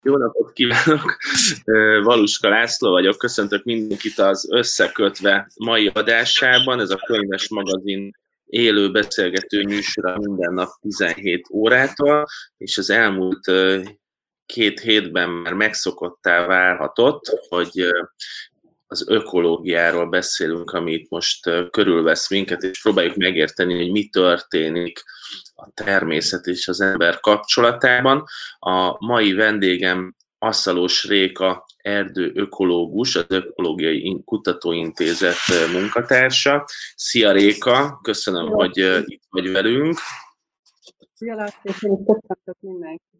Jó napot kívánok! Valuska László vagyok, köszöntök mindenkit az Összekötve mai adásában. Ez a Könyves Magazin élő beszélgető műsora minden nap 17 órától, és az elmúlt 2 hétben már megszokottá válhatott, hogy az ökológiáról beszélünk, ami itt most körülvesz minket, és próbáljuk megérteni, hogy mi történik a természet és az ember kapcsolatában. A mai vendégem Asszalós Réka erdőökológus, az Ökológiai Kutatóintézet munkatársa. Szia Réka, köszönöm, hogy itt vagy velünk. Szia László, köszöntök mindenkit.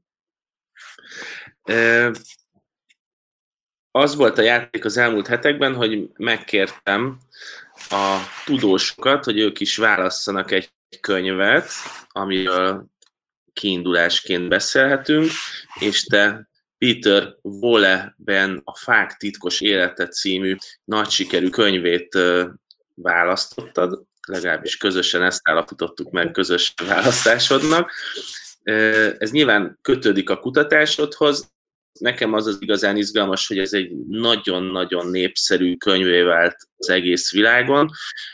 Az volt a játék az elmúlt hetekben, hogy megkértem a tudósokat, hogy ők is válasszanak egy könyvet, amiről kiindulásként beszélhetünk, és te Peter Wohlleben A fák titkos élete című nagy sikerű könyvét választottad, legalábbis közösen ezt állapítottuk meg közös választásodnak. Ez nyilván kötődik a kutatásodhoz. Nekem az igazán izgalmas, hogy ez egy nagyon-nagyon népszerű könyvé vált az egész világon,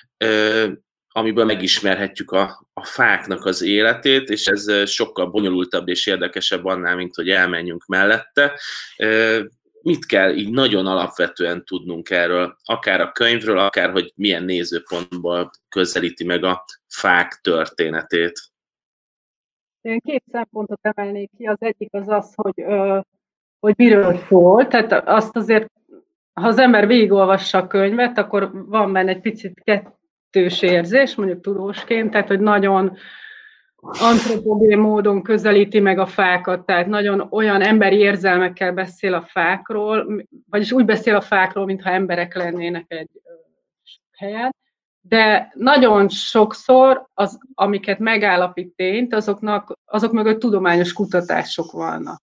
amiből megismerhetjük a fáknak az életét, és ez sokkal bonyolultabb és érdekesebb annál, mint hogy elmenjünk mellette. Mit kell így nagyon alapvetően tudnunk erről, akár a könyvről, akár hogy milyen nézőpontból közelíti meg a fák történetét? Én 2 szempontot emelnék ki. Az egyik az, hogy miről szól. Tehát azt azért, ha az ember végigolvassa a könyvet, akkor van benne egy picit kettős érzés, mondjuk tudósként, tehát hogy nagyon antropogén módon közelíti meg a fákat, tehát nagyon olyan emberi érzelmekkel beszél a fákról, vagyis úgy beszél a fákról, mintha emberek lennének egy helyen, de nagyon sokszor amiket megállapít tényt, azok mögött tudományos kutatások vannak.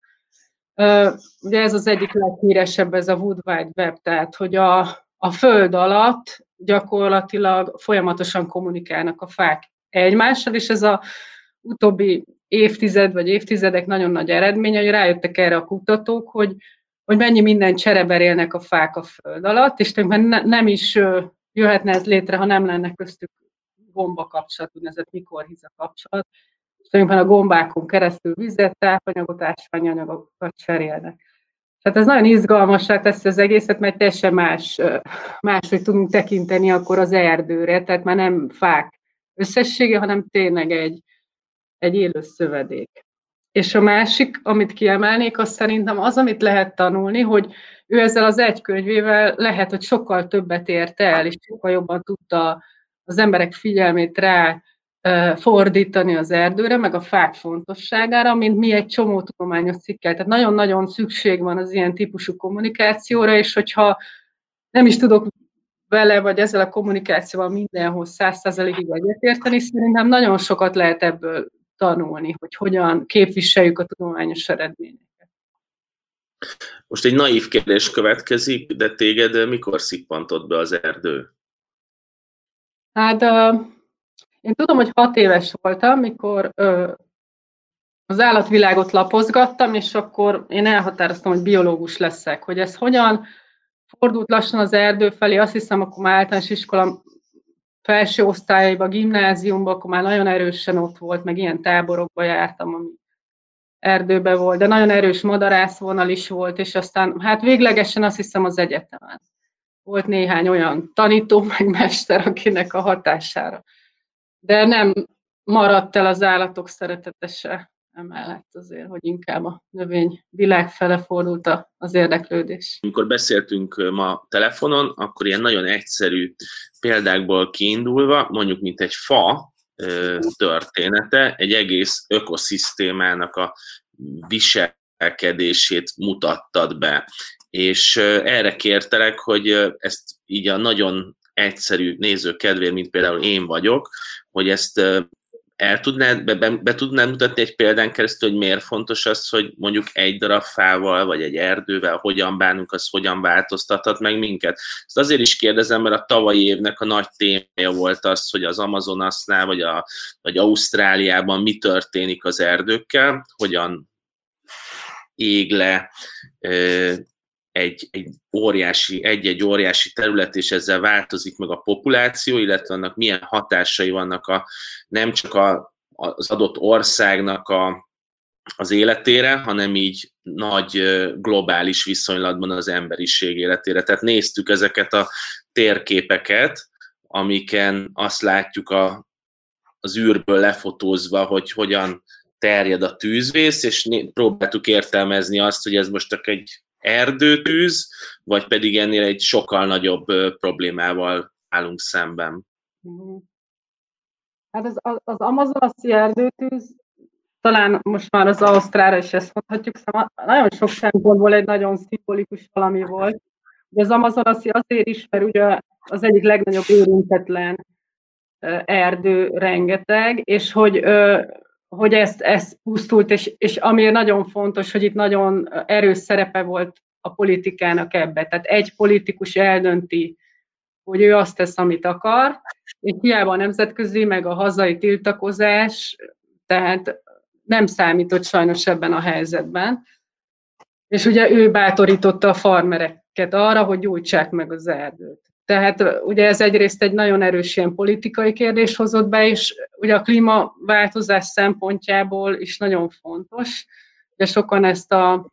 Ugye ez az egyik leghíresebb, ez a Wood Wide Web, tehát hogy a föld alatt gyakorlatilag folyamatosan kommunikálnak a fák egymással, és ez az utóbbi évtized vagy évtizedek nagyon nagy eredménye, hogy rájöttek erre a kutatók, hogy mennyi minden csereberélnek a fák a föld alatt, és nem is jöhetne ez létre, ha nem lenne köztük gomba kapcsolat, úgynevezett mikorhiza kapcsolat. Tulajdonképpen a gombákon keresztül vizet, tápanyagot, ásványi anyagokat cserélnek. Tehát ez nagyon izgalmassá teszi az egészet, mert teljesen máshogy tudunk tekinteni akkor az erdőre, tehát már nem fák összessége, hanem tényleg egy élő szövedék. És a másik, amit kiemelnék, az szerintem az, amit lehet tanulni, hogy ő ezzel az egy könyvével lehet, hogy sokkal többet ért el, és sokkal jobban tudta az emberek figyelmét rá fordítani az erdőre, meg a fák fontosságára, mint mi egy csomó tudományos cikkel. Tehát nagyon-nagyon szükség van az ilyen típusú kommunikációra, és hogyha nem is tudok vele, vagy ezzel a kommunikációval mindenhol 100%-ig egyetérteni, szerintem nagyon sokat lehet ebből tanulni, hogy hogyan képviseljük a tudományos eredményeket. Most egy naív kérdés következik, de téged mikor szippantott be az erdő? Hát én tudom, hogy 6 éves voltam, mikor az állatvilágot lapozgattam, és akkor én elhatároztam, hogy biológus leszek. Hogy ez hogyan fordult lassan az erdő felé, azt hiszem, akkor már általános iskola felső osztályaiban, gimnáziumban, akkor már nagyon erősen ott volt, meg ilyen táborokba jártam, ami erdőben volt, de nagyon erős madarászvonal is volt, és aztán hát véglegesen azt hiszem az egyetemen. Volt néhány olyan tanító, meg mester, akinek a hatására. De nem maradt el az állatok szeretete se emellett azért, hogy inkább a növényvilág fele fordult az érdeklődés. Amikor beszéltünk ma telefonon, akkor ilyen nagyon egyszerű példákból kiindulva, mondjuk mint egy fa története, egy egész ökoszisztémának a viselkedését mutattad be. És erre kértelek, hogy ezt így a nagyon egyszerű nézők kedvéért, mint például én vagyok, hogy ezt be tudnád mutatni egy példán keresztül, hogy miért fontos az, hogy mondjuk egy darab fával, vagy egy erdővel hogyan bánunk, az hogyan változtathat meg minket. Ezt azért is kérdezem, mert a tavalyi évnek a nagy témája volt az, hogy az Amazonasnál, vagy Ausztráliában mi történik az erdőkkel, hogyan ég le egy óriási terület, és ezzel változik meg a populáció, illetve annak milyen hatásai vannak nem csak az adott országnak az életére, hanem így nagy globális viszonylatban az emberiség életére. Tehát néztük ezeket a térképeket, amiken azt látjuk az űrből lefotózva, hogy hogyan terjed a tűzvész, és próbáltuk értelmezni azt, hogy ez most csak egy erdőtűz, vagy pedig ennél egy sokkal nagyobb problémával állunk szemben. Hát az amazonasi erdőtűz, talán most már az ausztrára is ezt mondhatjuk, szóval nagyon sok szempontból egy nagyon szimbolikus valami volt. De az amazonasi azért is, mert ugye az egyik legnagyobb érintetlen erdő rengeteg, és hogy ez pusztult, és ami nagyon fontos, hogy itt nagyon erős szerepe volt a politikának ebbe. Tehát egy politikus eldönti, hogy ő azt tesz, amit akar, és hiába a nemzetközi, meg a hazai tiltakozás, tehát nem számított sajnos ebben a helyzetben. És ugye ő bátorította a farmereket arra, hogy gyújtsák meg az erdőt. Tehát ugye ez egyrészt egy nagyon erős ilyen politikai kérdés hozott be, és ugye a klímaváltozás szempontjából is nagyon fontos. Ugye sokan ezt a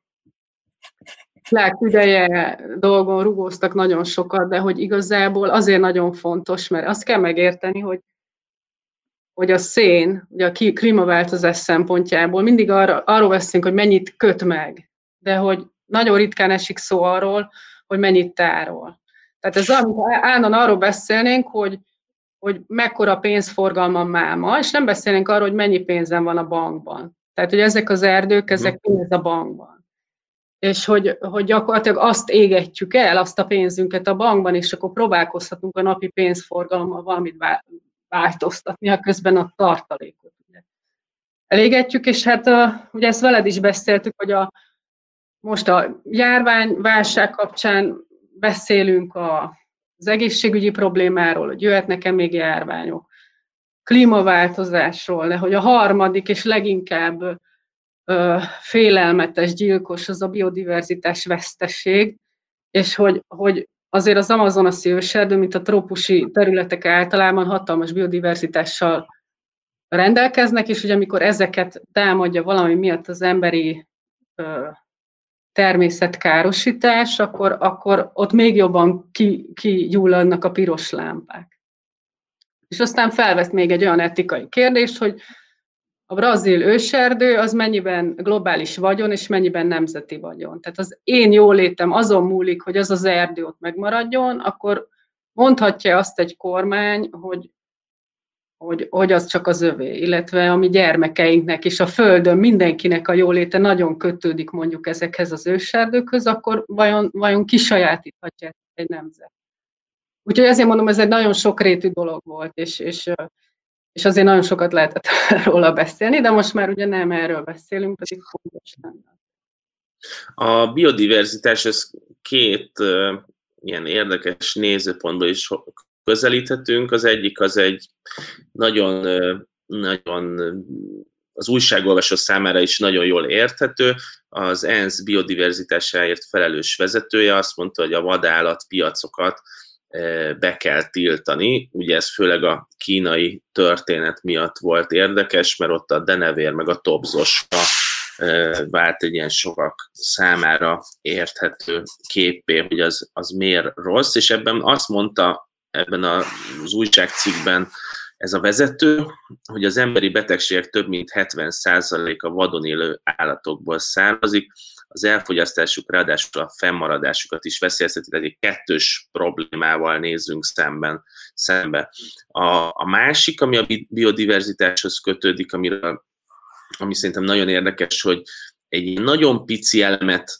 világtüdeje dolgon rugóztak nagyon sokat, de hogy igazából azért nagyon fontos, mert azt kell megérteni, hogy a szén, ugye a klímaváltozás szempontjából mindig arról beszélünk, hogy mennyit köt meg, de hogy nagyon ritkán esik szó arról, hogy mennyit tárol. Tehát ez állandóan arról beszélnénk, hogy mekkora pénzforgalma máma, és nem beszélnénk arról, hogy mennyi pénzem van a bankban. Tehát, hogy ezek az erdők, ezek pénz a bankban. És hogy gyakorlatilag azt égetjük el, azt a pénzünket a bankban, és akkor próbálkozhatunk a napi pénzforgalommal valamit változtatni, ha közben a tartalékot elégetjük, és hát ugye ezt veled is beszéltük, hogy most a járványválság kapcsán beszélünk az egészségügyi problémáról, hogy jöhetnek-e még járványok, klímaváltozásról, de hogy a harmadik és leginkább félelmetes, gyilkos az a biodiverzitás veszteség, és hogy azért az amazonasi őserdő, mint a trópusi területek általában hatalmas biodiverzitással rendelkeznek, és ugye amikor ezeket támadja valami miatt az emberi természetkárosítás, akkor ott még jobban kigyulladnak a piros lámpák. És aztán felvesz még egy olyan etikai kérdést, hogy a brazil őserdő az mennyiben globális vagyon, és mennyiben nemzeti vagyon. Tehát az én jólétem azon múlik, hogy az az erdő ott megmaradjon, akkor mondhatja azt egy kormány, hogy az csak az övé, illetve a mi gyermekeinknek és a Földön mindenkinek a jóléte nagyon kötődik mondjuk ezekhez az őserdőkhöz, akkor vajon kisajátíthatja egy nemzet. Úgyhogy ezért mondom, ez egy nagyon sokrétű dolog volt, és azért nagyon sokat lehetett róla beszélni, de most már ugye nem erről beszélünk, pedig fontos lenne. A biodiverzitás, ez két ilyen érdekes nézőpontból is közelíthetünk. Az egyik az egy nagyon az újságolvasó számára is nagyon jól érthető. Az ENSZ biodiverzitásáért felelős vezetője azt mondta, hogy a vadállatpiacokat be kell tiltani. Ugye ez főleg a kínai történet miatt volt érdekes, mert ott a denevér meg a tobzosra vált egy ilyen sokak számára érthető képpé, hogy az miért rossz, és ebben azt mondta ebben az újságcikkben ez a vezető, hogy az emberi betegségek több mint 70%-a vadon élő állatokból származik, az elfogyasztásuk, ráadásul a fennmaradásukat is veszélyezteti, tehát egy kettős problémával nézzünk szembe. A másik, ami a biodiverzitáshoz kötődik, ami szerintem nagyon érdekes, hogy egy nagyon pici elemet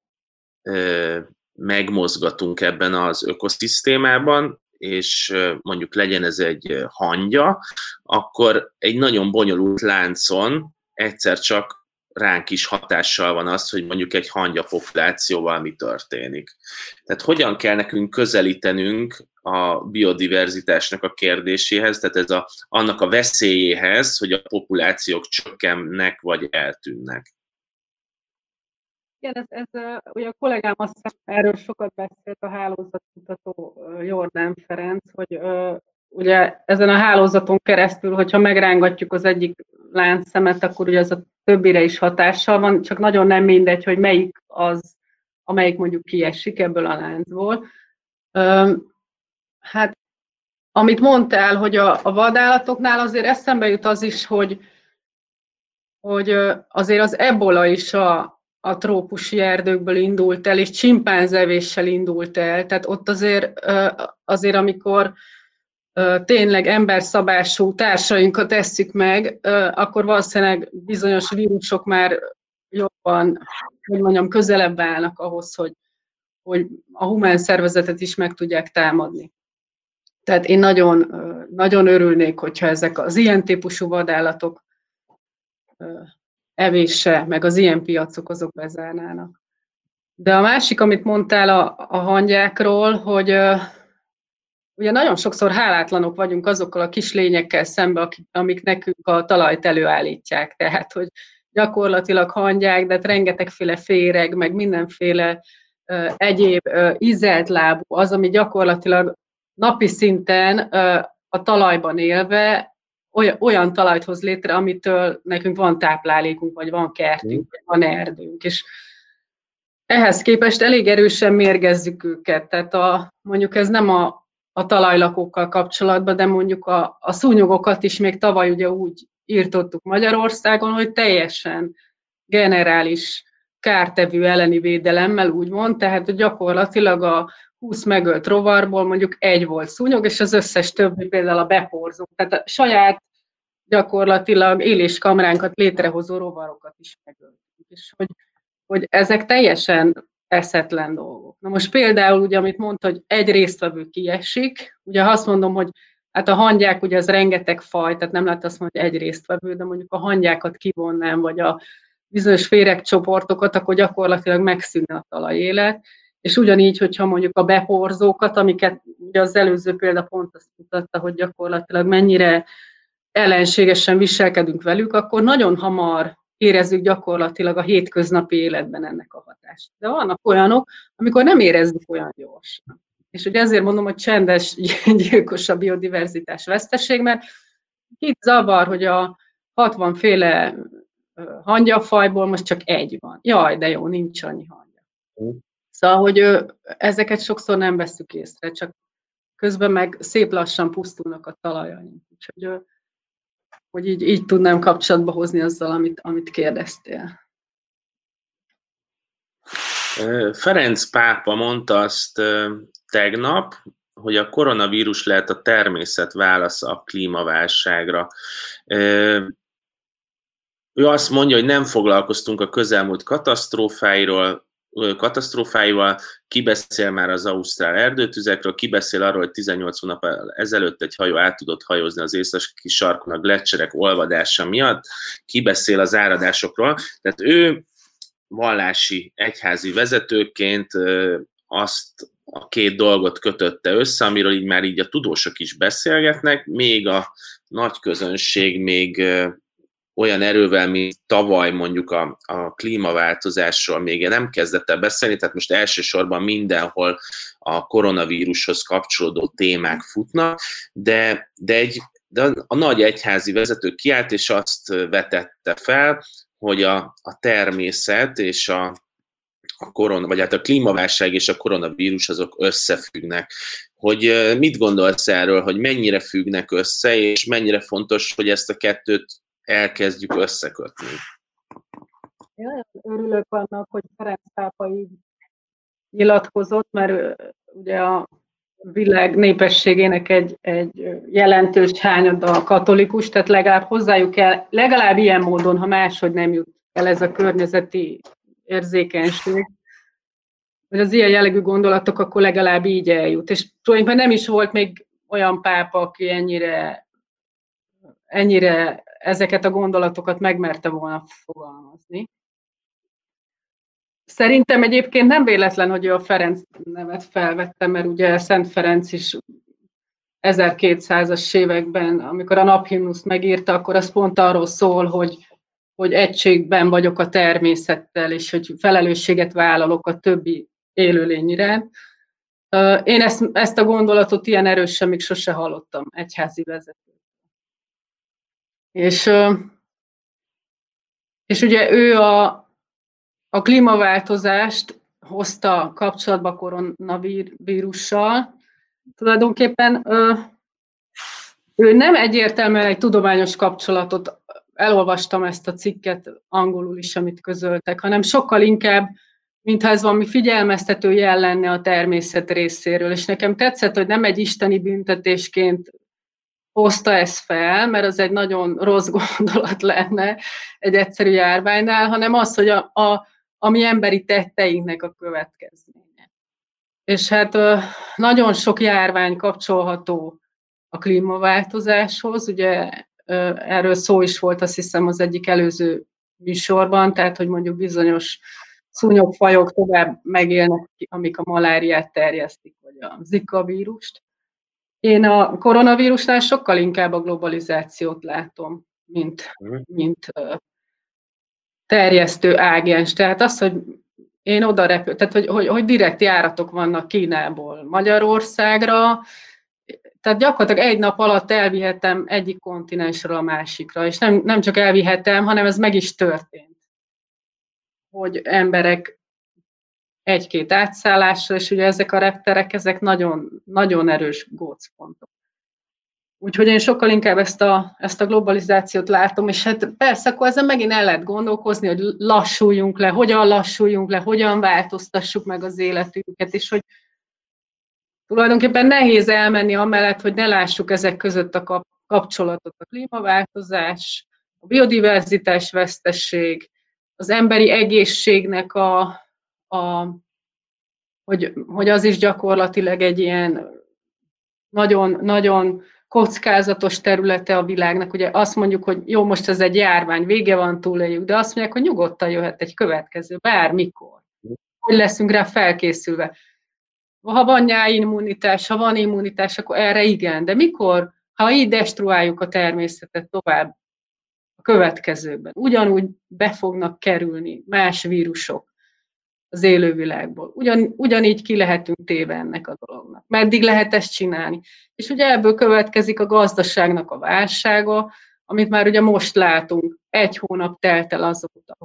megmozgatunk ebben az ökoszisztémában, és mondjuk legyen ez egy hangya, akkor egy nagyon bonyolult láncon egyszer csak ránk is hatással van az, hogy mondjuk egy hangya populációval mi történik. Tehát hogyan kell nekünk közelítenünk a biodiverzitásnak a kérdéséhez, tehát annak a veszélyéhez, hogy a populációk csökkennek vagy eltűnnek. ugye a kollégám azt hiszem, erről sokat beszélt, a hálózatkutató Jordán Ferenc, hogy ugye ezen a hálózaton keresztül, hogyha megrángatjuk az egyik láncszemet, akkor ugye ez a többire is hatással van, csak nagyon nem mindegy, hogy melyik az, amelyik mondjuk kiesik ebből a láncból. Hát, amit mondtál, hogy a vadállatoknál azért eszembe jut az is, hogy azért az ebola is a trópusi erdőkből indult el, és csimpánzevéssel indult el. Tehát ott azért amikor tényleg emberszabású társainkat esszük meg, akkor valószínűleg bizonyos vírusok már jobban, hogy mondjam, közelebb állnak ahhoz, hogy a humán szervezetet is meg tudják támadni. Tehát én nagyon, nagyon örülnék, hogyha ezek az ilyen típusú vadállatok evése, meg az ilyen piacok azok bezárnának. De a másik, amit mondtál a hangyákról, hogy ugye nagyon sokszor hálátlanok vagyunk azokkal a kis lényekkel szemben, amik nekünk a talajt előállítják. Tehát, hogy gyakorlatilag hangyák, de rengetegféle féreg, meg mindenféle egyéb ízelt lábú, az, ami gyakorlatilag napi szinten a talajban élve olyan talajt hoz létre, amitől nekünk van táplálékunk, vagy van kertünk, vagy van erdőnk. És ehhez képest elég erősen mérgezzük őket. Tehát mondjuk ez nem a talajlakókkal kapcsolatban, de mondjuk a szúnyogokat is még tavaly ugye úgy írtottuk Magyarországon, hogy teljesen generális kártevő elleni védelemmel, úgymond, tehát gyakorlatilag a 20 megölt rovarból mondjuk egy volt szúnyog, és az összes többi például a beporzók. Tehát a saját gyakorlatilag éléskamránkat létrehozó rovarokat is megöltünk. És hogy ezek teljesen eszetlen dolgok. Na most például, ugye, amit mondta, hogy egy résztvevő kiesik, ugye ha azt mondom, hogy hát a hangyák, ugye az rengeteg faj, tehát nem lehet azt mondani, hogy egy résztvevő, de mondjuk a hangyákat kivonnám, vagy a bizonyos féregcsoportokat, akkor gyakorlatilag megszűnne a talajélet. És ugyanígy, hogyha mondjuk a beporzókat, amiket ugye az előző példa pont azt mutatta, hogy gyakorlatilag mennyire ellenségesen viselkedünk velük, akkor nagyon hamar érezzük gyakorlatilag a hétköznapi életben ennek a hatást. De vannak olyanok, amikor nem érezzük olyan gyorsan. És ugye ezért mondom, hogy csendes, gyilkos a biodiverzitás veszteség, mert itt zavar, hogy a 60 féle hangyafajból most csak egy van. Jaj, de jó, nincs annyi hangya. Szóval, hogy ezeket sokszor nem vesszük észre, csak közben meg szép lassan pusztulnak a talajaink. Úgyhogy hogy így tudnám kapcsolatba hozni azzal, amit kérdeztél. Ferenc pápa mondta azt tegnap, hogy a koronavírus lehet a természet válasza a klímaválságra. Ő azt mondja, hogy nem foglalkoztunk a közelmúlt katasztrófáival, ki beszél már az ausztrál erdőtüzekről, ki beszél arról, hogy 18 hónap ezelőtt egy hajó át tudott hajózni az északi sarkon a gleccserek olvadása miatt, ki beszél az áradásokról. Tehát ő vallási egyházi vezetőként azt a két dolgot kötötte össze, amiről így már így a tudósok is beszélgetnek, még a nagy közönség még olyan erővel, mint tavaly mondjuk a klímaváltozásról még nem kezdett el beszélni, tehát most elsősorban mindenhol a koronavírushoz kapcsolódó témák futnak, de a nagy egyházi vezető kiállt, és azt vetette fel, hogy a természet és a klímaválság és a koronavírus azok összefüggnek. Hogy mit gondolsz erről, hogy mennyire függnek össze, és mennyire fontos, hogy ezt a kettőt elkezdjük összekötni? Én nagyon örülök annak, hogy Ferenc pápa így nyilatkozott, mert ugye a világ népességének egy jelentős hányada a katolikus, tehát legalább hozzájuk el, legalább ilyen módon, ha máshogy nem jut el ez a környezeti érzékenység, hogy az ilyen jellegű gondolatok akkor legalább így eljut. És tulajdonképpen nem is volt még olyan pápa, aki ennyire ezeket a gondolatokat megmerte volna fogalmazni. Szerintem egyébként nem véletlen, hogy ő a Ferenc nevet felvette, mert ugye Szent Ferenc is 1200-as években, amikor a naphimnuszt megírta, akkor az pont arról szól, hogy egységben vagyok a természettel, és hogy felelősséget vállalok a többi élőlény iránt. Én ezt a gondolatot ilyen erősen még sose hallottam egyházi vezetőt. És ugye ő a klímaváltozást hozta kapcsolatba koronavírussal. Tulajdonképpen ő nem egyértelműen egy tudományos kapcsolatot, elolvastam ezt a cikket angolul is, amit közöltek, hanem sokkal inkább, mintha ez valami figyelmeztető jel lenne a természet részéről. És nekem tetszett, hogy nem egy isteni büntetésként hozta ezt fel, mert az egy nagyon rossz gondolat lenne egy egyszerű járványnál, hanem az, hogy a mi emberi tetteinknek a következménye. És hát nagyon sok járvány kapcsolható a klímaváltozáshoz, ugye erről szó is volt, azt hiszem, az egyik előző műsorban, tehát, hogy mondjuk bizonyos szúnyogfajok tovább megélnek, amik a maláriát terjesztik, vagy a Zika vírust. Én a koronavírusnál sokkal inkább a globalizációt látom, mint terjesztő ágens. Tehát az, hogy én oda repültem, tehát hogy direkt járatok vannak Kínából Magyarországra, tehát gyakorlatilag egy nap alatt elvihetem egyik kontinensről a másikra, és nem csak elvihetem, hanem ez meg is történt. Hogy emberek egy-két átszállásra, és ugye ezek a repterek, ezek nagyon, nagyon erős gócpontok. Úgyhogy én sokkal inkább ezt a globalizációt látom, és hát persze, akkor ezen megint el lehet gondolkozni, hogy lassuljunk le, hogyan változtassuk meg az életünket, és hogy tulajdonképpen nehéz elmenni amellett, hogy ne lássuk ezek között a kapcsolatot, a klímaváltozás, a biodiverzitás vesztesség, az emberi egészségnek hogy az is gyakorlatilag egy ilyen nagyon, nagyon kockázatos területe a világnak. Ugye azt mondjuk, hogy jó, most ez egy járvány, vége van, túléljük, de azt mondják, hogy nyugodtan jöhet egy következő, bármikor. Hogy leszünk rá felkészülve. Ha van nyáimmunitás, ha van immunitás, akkor erre igen, de mikor, ha így destruáljuk a természetet tovább a következőben, ugyanúgy be fognak kerülni más vírusok az élővilágból. Ugyanígy ki lehetünk téve ennek a dolognak. Meddig lehet ezt csinálni? És ugye ebből következik a gazdaságnak a válsága, amit már ugye most látunk. 1 hónap telt el azóta,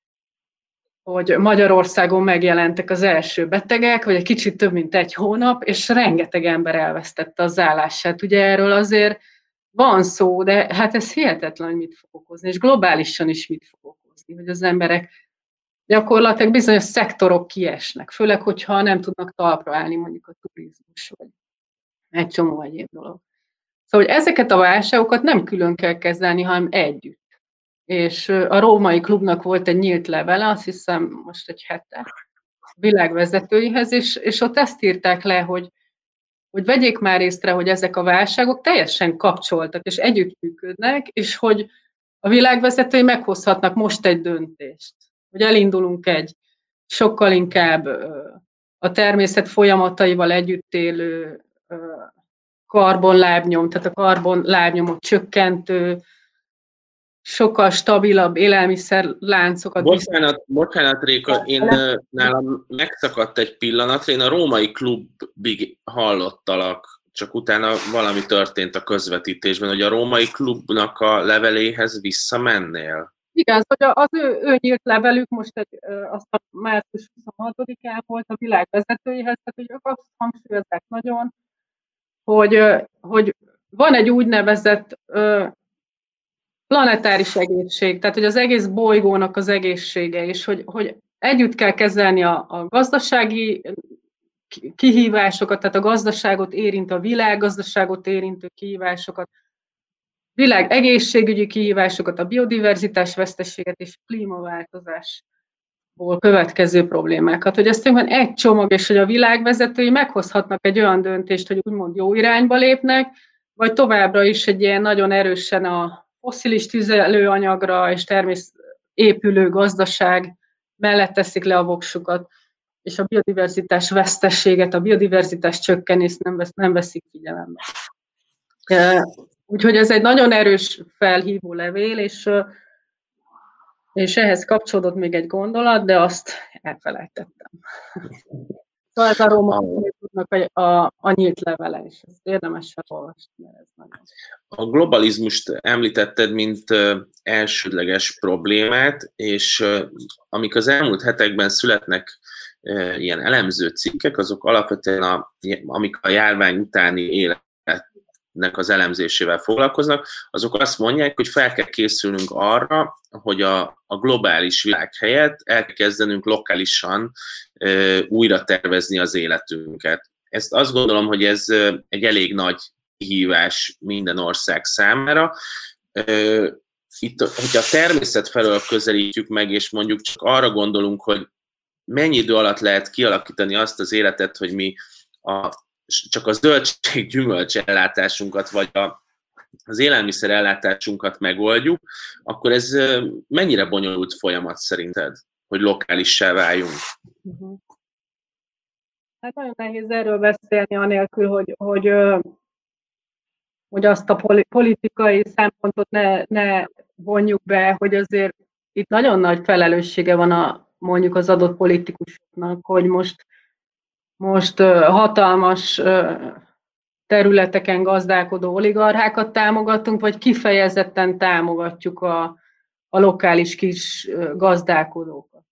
hogy Magyarországon megjelentek az első betegek, vagy egy kicsit több mint 1 hónap, és rengeteg ember elvesztette az állását. Ugye erről azért van szó, de hát ez hihetetlen, hogy mit fog okozni, és globálisan is mit fog okozni, hogy az emberek gyakorlatilag bizonyos szektorok kiesnek, főleg, hogyha nem tudnak talpra állni mondjuk a turizmus, vagy egy csomó egyéb dolog. Szóval, hogy ezeket a válságokat nem külön kell kezelni, hanem együtt. És a Római Klubnak volt egy nyílt levele, azt hiszem most egy hete, világvezetőihez, és ott ezt írták le, hogy vegyék már észre, hogy ezek a válságok teljesen kapcsoltak, és együttműködnek, és hogy a világvezetői meghozhatnak most egy döntést, hogy elindulunk egy sokkal inkább a természet folyamataival együtt élő karbonlábnyom, tehát a karbonlábnyomot csökkentő, sokkal stabilabb élelmiszerláncokat. Bocsánat, Réka, nálam megszakadt egy pillanatra, én a Római Klubig hallottalak, csak utána valami történt a közvetítésben, hogy a Római Klubnak a leveléhez visszamennél. Igen, hogy az ő nyílt levelük most azt a március 26-án volt a világ vezetőihez, tehát hogy ők azt hangsúlyozzák nagyon, hogy van egy úgynevezett planetáris egészség, tehát hogy az egész bolygónak az egészsége, és hogy együtt kell kezelni a gazdasági kihívásokat, tehát a gazdaságot érintő, a világgazdaságot érintő kihívásokat, világ egészségügyi kihívásokat, a biodiverzitás veszteséget és a klímaváltozásból következő problémákat. Hogy ezt van egy csomag, és hogy a világvezetői meghozhatnak egy olyan döntést, hogy úgymond jó irányba lépnek, vagy továbbra is egy ilyen nagyon erősen a fosszilis tüzelőanyagra és épülő gazdaság mellett teszik le a voksukat, és a biodiverzitás veszteséget, a biodiverzitás csökkenést nem veszik figyelembe. Úgyhogy ez egy nagyon erős felhívó levél, és És ehhez kapcsolódott még egy gondolat, de azt elfelejtettem. Szóval ez a Róma-Institutnak a nyílt levele, és ezt érdemes felolvasni, mert ez nagyon... A globalizmust említetted, mint elsődleges problémát, és amik az elmúlt hetekben születnek ilyen elemző cikkek, azok alapvetően, amik a járvány utáni életnek az elemzésével foglalkoznak, azok azt mondják, hogy fel kell készülnünk arra, hogy a globális világ helyett elkezdenünk lokálisan újra tervezni az életünket. Ezt azt gondolom, hogy ez egy elég nagy kihívás minden ország számára. Itt, hogyha a természet felől közelítjük meg, és mondjuk csak arra gondolunk, hogy mennyi idő alatt lehet kialakítani azt az életet, hogy mi csak a zöldség-gyümölcs ellátásunkat, vagy az élelmiszer ellátásunkat megoldjuk, akkor ez mennyire bonyolult folyamat szerinted, hogy lokálissá váljunk? Hát nagyon nehéz erről beszélni, anélkül, hogy azt a politikai szempontot ne vonjuk be, hogy azért itt nagyon nagy felelőssége van mondjuk az adott politikusoknak, hogy most hatalmas területeken gazdálkodó oligarchákat támogatunk, vagy kifejezetten támogatjuk a lokális kis gazdálkodókat.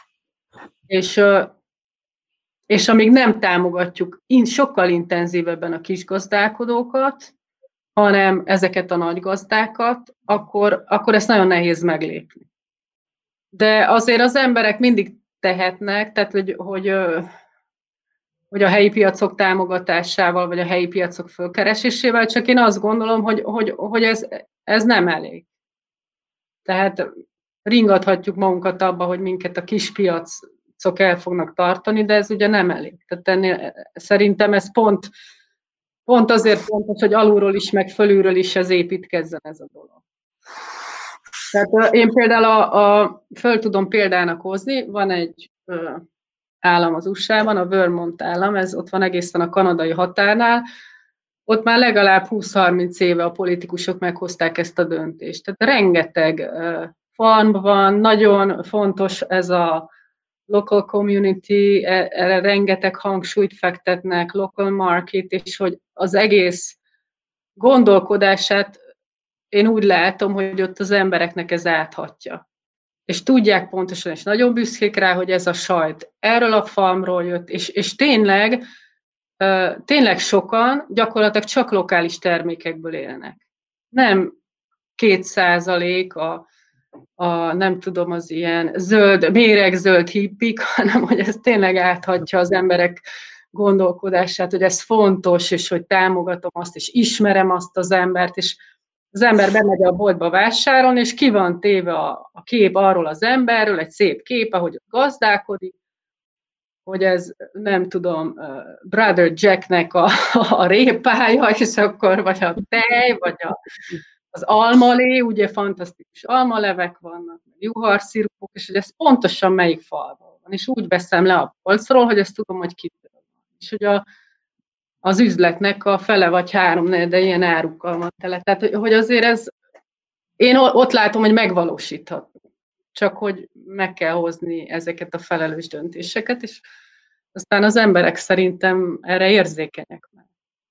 És amíg nem támogatjuk sokkal intenzívebben a kis gazdálkodókat, hanem ezeket a nagy gazdákat, akkor ezt nagyon nehéz meglépni. De azért az emberek mindig tehetnek, tehát hogy a helyi piacok támogatásával, vagy a helyi piacok fölkeresésével, csak én azt gondolom, hogy ez nem elég. Tehát ringathatjuk magunkat abba, hogy minket a kis piacok el fognak tartani, de ez ugye nem elég. Tehát szerintem ez pont azért fontos, hogy alulról is, meg fölülről is ez építkezzen ez a dolog. Tehát én például föl tudom példának hozni, van egy állam az USA-ban, a Vermont állam, ez ott van egészen a kanadai határnál, ott már legalább 20-30 éve a politikusok meghozták ezt a döntést. Tehát rengeteg farm van, nagyon fontos ez a local community, erre rengeteg hangsúlyt fektetnek, local market, és hogy az egész gondolkodását én úgy látom, hogy ott az embereknek ez áthatja. És tudják pontosan, és nagyon büszkék rá, hogy ez a sajt erről a farmról jött, és tényleg sokan gyakorlatilag csak lokális termékekből élnek. Nem 2% nem tudom, az ilyen méregzöld hippik, hanem hogy ez tényleg áthatja az emberek gondolkodását, hogy ez fontos, és hogy támogatom azt, és ismerem azt az embert, és az ember bemegy a boltba vásárolni, és ki van téve a kép arról az emberről, egy szép kép, ahogy ott gazdálkodik, hogy ez, nem tudom, Brother Jacknek a répája, és akkor vagy a tej, vagy az almalé, ugye fantasztikus almalevek vannak, juharszirupok, és hogy ez pontosan melyik falban van. És úgy veszem le a polcról, hogy ezt tudom, hogy kitől van. És hogy az üzletnek a fele vagy 3/4 ilyen árukkal van tele. Tehát, hogy azért ez, én ott látom, hogy megvalósítható. Csak hogy meg kell hozni ezeket a felelős döntéseket, és aztán az emberek szerintem erre érzékenyek már.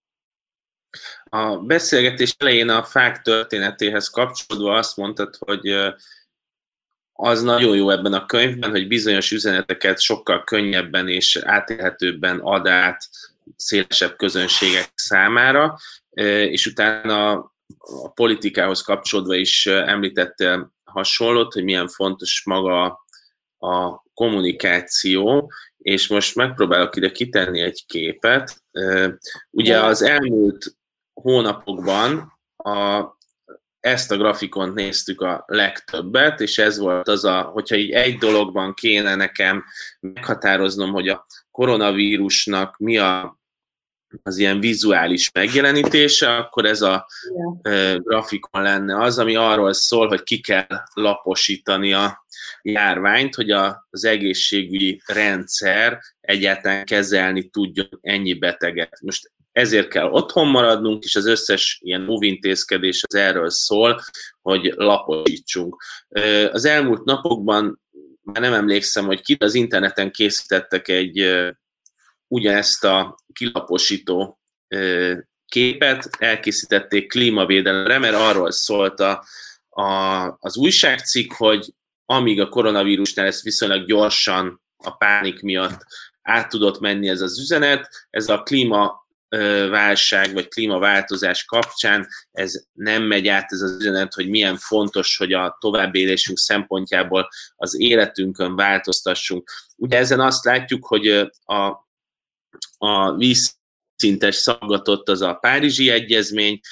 A beszélgetés elején a fák történetéhez kapcsolódva azt mondtad, hogy az nagyon jó ebben a könyvben, hogy bizonyos üzeneteket sokkal könnyebben és átélhetőbben ad át szélesebb közönségek számára, és utána a politikához kapcsolódva is említettél hasonlót, hogy milyen fontos maga a kommunikáció, és most megpróbálok ide kitenni egy képet. Ugye az elmúlt hónapokban ezt a grafikont néztük a legtöbbet, és ez volt az hogyha így egy dologban kéne nekem meghatároznom, hogy a koronavírusnak mi az ilyen vizuális megjelenítése, akkor ez a grafikon lenne az, ami arról szól, hogy ki kell laposítani a járványt, hogy az egészségügyi rendszer egyáltalán kezelni tudjon ennyi beteget. Most ezért kell otthon maradnunk, és az összes ilyen óvintézkedés az erről szól, hogy laposítsunk. Az elmúlt napokban, már nem emlékszem, hogy ki, az interneten készítettek ugyanezt a kilaposító képet, elkészítették klímavédelemre, mert arról szólt az újságcikk, hogy amíg a koronavírusnál ezt viszonylag gyorsan a pánik miatt át tudott menni ez az üzenet, ez a klímaválság vagy klímaváltozás kapcsán ez nem megy át ez az üzenet, hogy milyen fontos, hogy a továbbélésünk szempontjából az életünkön változtassunk. Ugye ezen azt látjuk, hogy a vízszintes szaggatott az a Párizsi Egyezmény,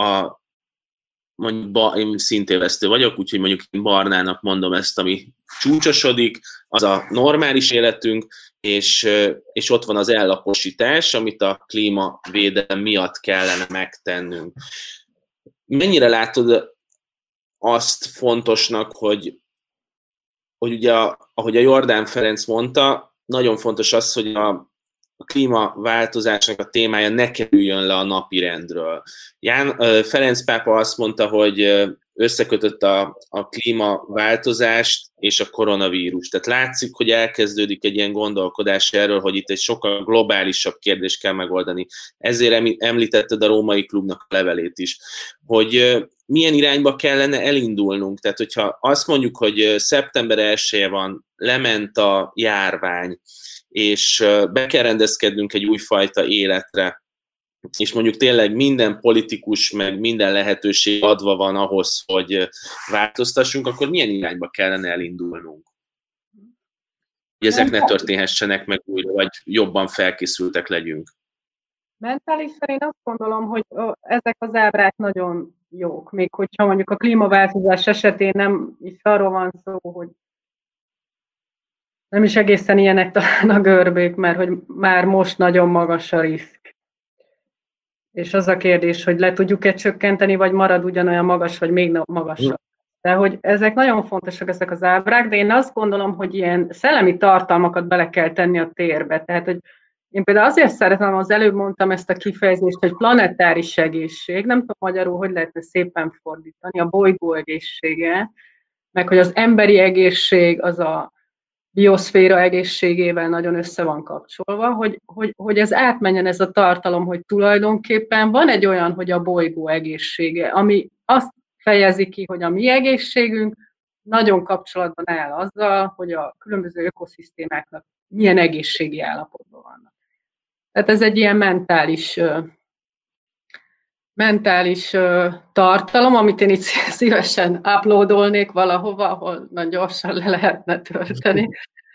mondjuk én szintévesztő vagyok, úgyhogy mondjuk én barnának mondom ezt, ami csúcsosodik, az a normális életünk, és ott van az ellaposítás, amit a klímavédelem miatt kellene megtennünk. Mennyire látod azt fontosnak, hogy ugye, ahogy a Jordán Ferenc mondta, nagyon fontos az, hogy a klímaváltozásnak a témája ne kerüljön le a napirendről. Ferenc pápa azt mondta, hogy összekötött a klímaváltozást és a koronavírus. Tehát látszik, hogy elkezdődik egy ilyen gondolkodás erről, hogy itt egy sokkal globálisabb kérdést kell megoldani. Ezért említetted a Római Klubnak a levelét is, hogy milyen irányba kellene elindulnunk. Tehát, hogyha azt mondjuk, hogy szeptember 1-e van, lement a járvány, és be kell rendezkednünk egy újfajta életre, és mondjuk tényleg minden politikus, meg minden lehetőség adva van ahhoz, hogy változtassunk, akkor milyen irányba kellene elindulnunk? Hogy ezek ne történhessenek meg újra, vagy jobban felkészültek legyünk. Mentálisan én azt gondolom, hogy ezek az ábrák nagyon jók, még hogyha mondjuk a klímaváltozás esetén nem is arról van szó, hogy nem is egészen ilyenek talán a görbék, mert hogy már most nagyon magas a riszk. És az a kérdés, hogy le tudjuk-e csökkenteni, vagy marad ugyanolyan magas, vagy még magasabb. De hogy ezek nagyon fontosak, ezek az ábrák, de én azt gondolom, hogy ilyen szellemi tartalmakat bele kell tenni a térbe. Tehát, hogy én például azért szeretem, az előbb mondtam ezt a kifejezést, hogy planetáris egészség, nem tudom magyarul, hogy lehetne szépen fordítani, a bolygó egészsége, meg hogy az emberi egészség az a bioszféra egészségével nagyon össze van kapcsolva, hogy ez átmenjen ez a tartalom, hogy tulajdonképpen van egy olyan, hogy a bolygó egészsége, ami azt fejezi ki, hogy a mi egészségünk nagyon kapcsolatban áll azzal, hogy a különböző ökoszisztémáknak milyen egészségi állapotban vannak. Tehát ez egy ilyen mentális tartalom, amit én itt szívesen uploadolnék valahova, ahol nagyon gyorsan le lehetne tölteni.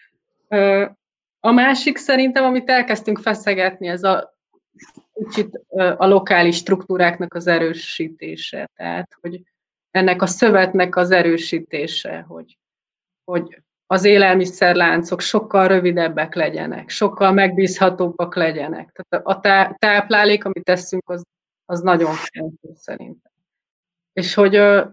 A másik szerintem, amit elkezdtünk feszegetni, ez kicsit a lokális struktúráknak az erősítése. Tehát, hogy ennek a szövetnek az erősítése, hogy az élelmiszerláncok sokkal rövidebbek legyenek, sokkal megbízhatóbbak legyenek. Tehát a táplálék, amit teszünk, az nagyon fontos szerintem. És hogy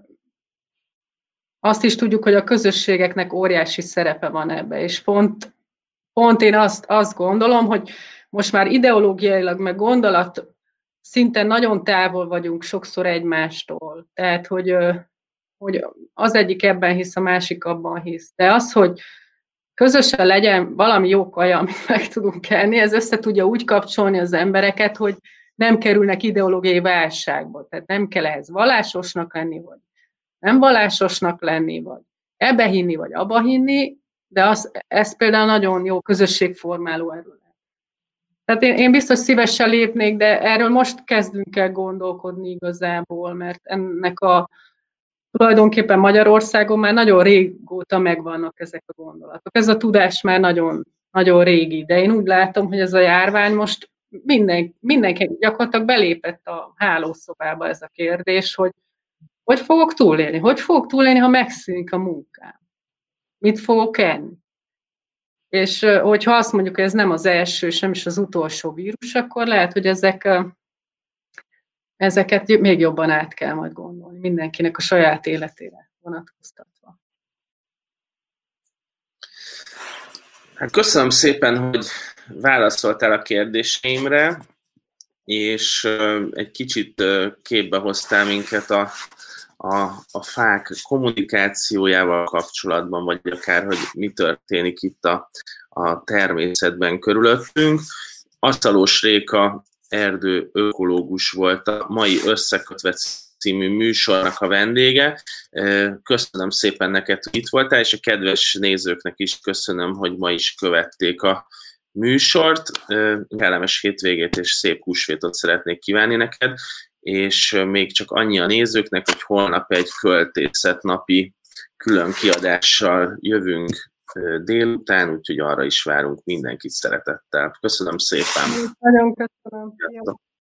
azt is tudjuk, hogy a közösségeknek óriási szerepe van ebbe, és pont én azt gondolom, hogy most már ideológiailag, meg gondolat szinten nagyon távol vagyunk sokszor egymástól. Tehát, hogy az egyik ebben hisz, a másik abban hisz. De az, hogy közösen legyen valami jó kaja, amit meg tudunk enni, ez össze tudja úgy kapcsolni az embereket, hogy nem kerülnek ideológiai válságba. Tehát nem kell ehhez vallásosnak lenni, vagy nem vallásosnak lenni, vagy ebbe hinni, vagy abba hinni, de ez például nagyon jó közösségformáló erő. Tehát én biztos szívesen lépnék, de erről most kezdünk el gondolkodni igazából, mert ennek tulajdonképpen Magyarországon már nagyon régóta megvannak ezek a gondolatok. Ez a tudás már nagyon, nagyon régi, de én úgy látom, hogy ez a járvány most mindenki gyakorlatilag belépett a hálószobába ez a kérdés, hogy fogok túlélni? Hogy fogok túlélni, ha megszűnik a munkám? Mit fogok enni? És hogyha azt mondjuk, hogy ez nem az első, és nem is az utolsó vírus, akkor lehet, hogy ezeket még jobban át kell majd gondolni, mindenkinek a saját életére vonatkoztatva. Hát köszönöm szépen, hogy válaszoltál a kérdéseimre. és egy kicsit képbe hoztál minket a fák kommunikációjával kapcsolatban, vagy akár, hogy mi történik itt a természetben körülöttünk. Asztalos Réka erdő ökológus volt a mai Összekötve című műsornak a vendége. Köszönöm szépen neked, hogy itt voltál, és a kedves nézőknek is köszönöm, hogy ma is követték a műsort. Kellemes hétvégét és szép húsvétot szeretnék kívánni neked, és még csak annyi a nézőknek, hogy holnap egy költészetnapi külön kiadással jövünk délután, úgyhogy arra is várunk mindenkit szeretettel. Köszönöm szépen! Nagyon köszönöm!